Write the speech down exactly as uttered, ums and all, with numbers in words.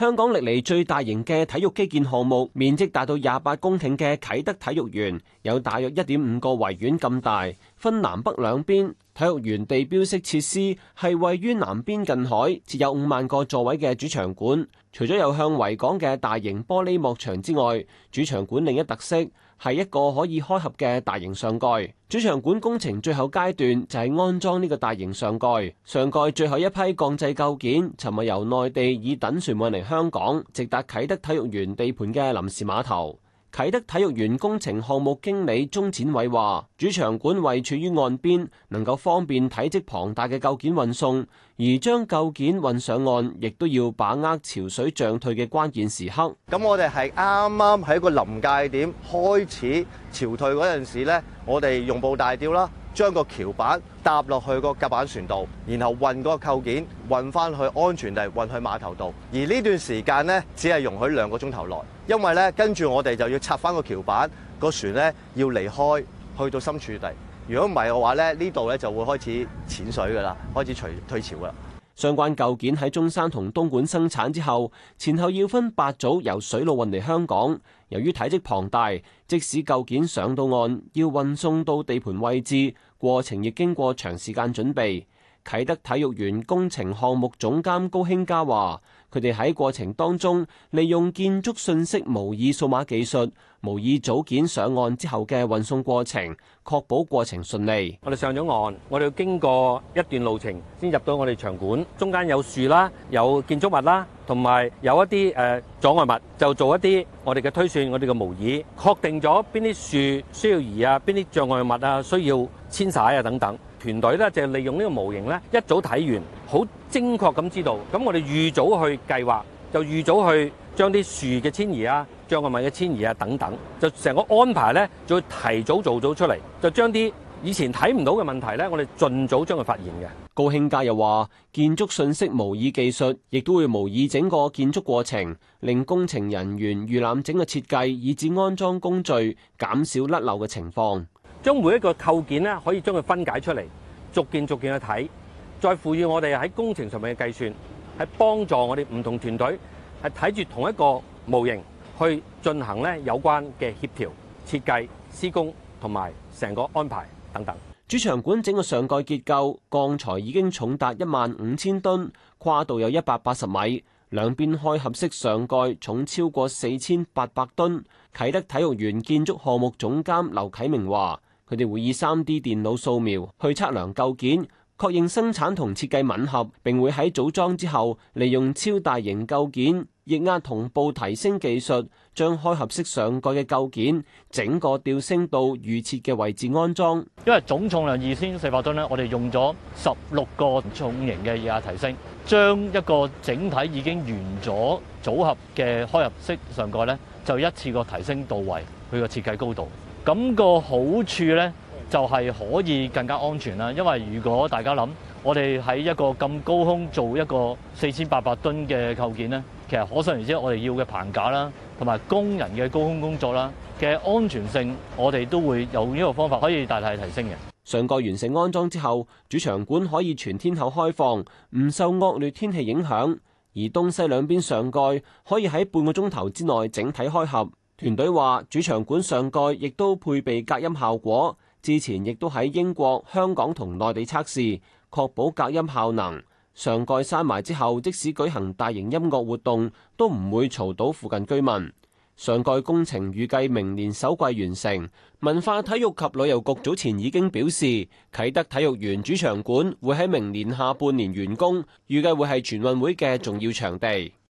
香港歷嚟最大型嘅體育基建項目，面積達到廿八公頃嘅啟德體育園，有大約一點五個維園咁大，分南北兩邊。體育園地標式設施係位於南邊近海，設有五萬個座位嘅主場館。除咗有向維港嘅大型玻璃幕牆之外，主場館另一特色係一個可以開合嘅大型上蓋。主場館工程最後階段就係安裝呢個大型上蓋。上蓋最後一批鋼製構件，尋日由內地以躉船運嚟香港，直達啟德體育園地盤嘅臨時碼頭。啟德體育園工程項目經理鍾展偉話：主場館位處於岸邊，能夠方便體積龐大嘅構件運送，而將構件運上岸，亦都要把握潮水漲退嘅關鍵時刻。 咁我哋係啱啱喺個臨界點開始潮退嗰陣時呢，我哋用部大吊啦，將個橋板搭落去個甲板船度，然後運嗰個構件運翻去安全地運去碼頭度。而呢段時間呢，只係容許兩個鐘頭內，因為呢跟住我哋就要拆翻個橋板，個船呢要離開去到深處地。如果唔係嘅話呢，呢度呢就會開始淺水噶啦，開始退退潮噶啦。 相關構件喺中山同東莞生產之後，前後要分八組由水路運嚟香港。由於體積龐大，即使構件上到岸，要運送到地盤位置，過程亦經過長時間準備。啟德體育園工程項目總監高興嘉話，佢哋喺過程當中利用建築信息模擬數碼技術，模擬組件上岸之後嘅運送過程，確保過程順利。 我哋上咗岸，我哋要經過一段路程先入到我哋場館，中間有樹啦，有建築物啦，同埋有一啲誒阻礙物，就做一啲我哋嘅推算，我哋嘅模擬，確定咗邊啲樹需要移啊，邊啲障礙物啊需要遷徙啊等等。團隊咧就利用呢個模型咧，一早睇完，好精確咁知道。咁我哋預早去計劃，就預早去將啲樹嘅遷移啊、障礙物嘅遷移啊等等，就成個安排咧，就提早做咗出嚟，就將啲以前睇唔到嘅問題咧，我哋盡早將佢發現嘅。 高興嘉又話，建築信息模擬技術亦都會模擬整個建築過程，令工程人員預覽整個設計以至安裝工序，減少甩漏嘅情況。 將每一個構件咧，可以將佢分解出嚟，逐件逐件去睇，再賦予我哋喺工程上面嘅計算，係幫助我哋唔同團隊係睇住同一個模型去進行咧有關嘅協調、設計、施工同埋成個安排等等。 主場館整個上蓋結構鋼材已經重達一萬五千噸，跨度有一百八十米，兩邊開合式上蓋重超過四千八百噸。啟德體育園建築項目總監劉啟明話，佢哋會以 三 D 電腦掃描去測量構件，確認生產同設計吻合，並會喺組裝之後利用超大型構件液壓同步提升技術，將開合式上蓋嘅構件整個吊升到預設嘅位置安裝。 因為總重量二千四百噸咧，我哋用咗十六個重型嘅液壓提升，將一個整體已經完咗組合嘅開合式上蓋咧，就一次過提升到位佢個設計高度。咁個好處咧，就係可以更加安全啦。因為如果大家諗，我哋喺一個咁高空做一個四千八百噸嘅構件咧，其實可想而知，我哋要嘅棚架啦，同埋工人嘅高空工作啦嘅安全性，我哋都會有呢個方法可以大大提升嘅。 上蓋完成安裝之後，主場館可以全天候開放，唔受惡劣天氣影響，而東西兩邊上蓋可以喺半個鐘頭之內整體開合。團隊話，主場館上蓋亦都配備隔音效果，之前亦都喺英國、香港同內地測試，確保隔音效能。上蓋閂埋之後，即使舉行大型音樂活動，都唔會嘈到附近居民。上蓋工程預計明年首季完成。文化體育及旅遊局早前已經表示，啟德體育園主場館會喺明年下半年完工，預計會係全運會嘅重要場地。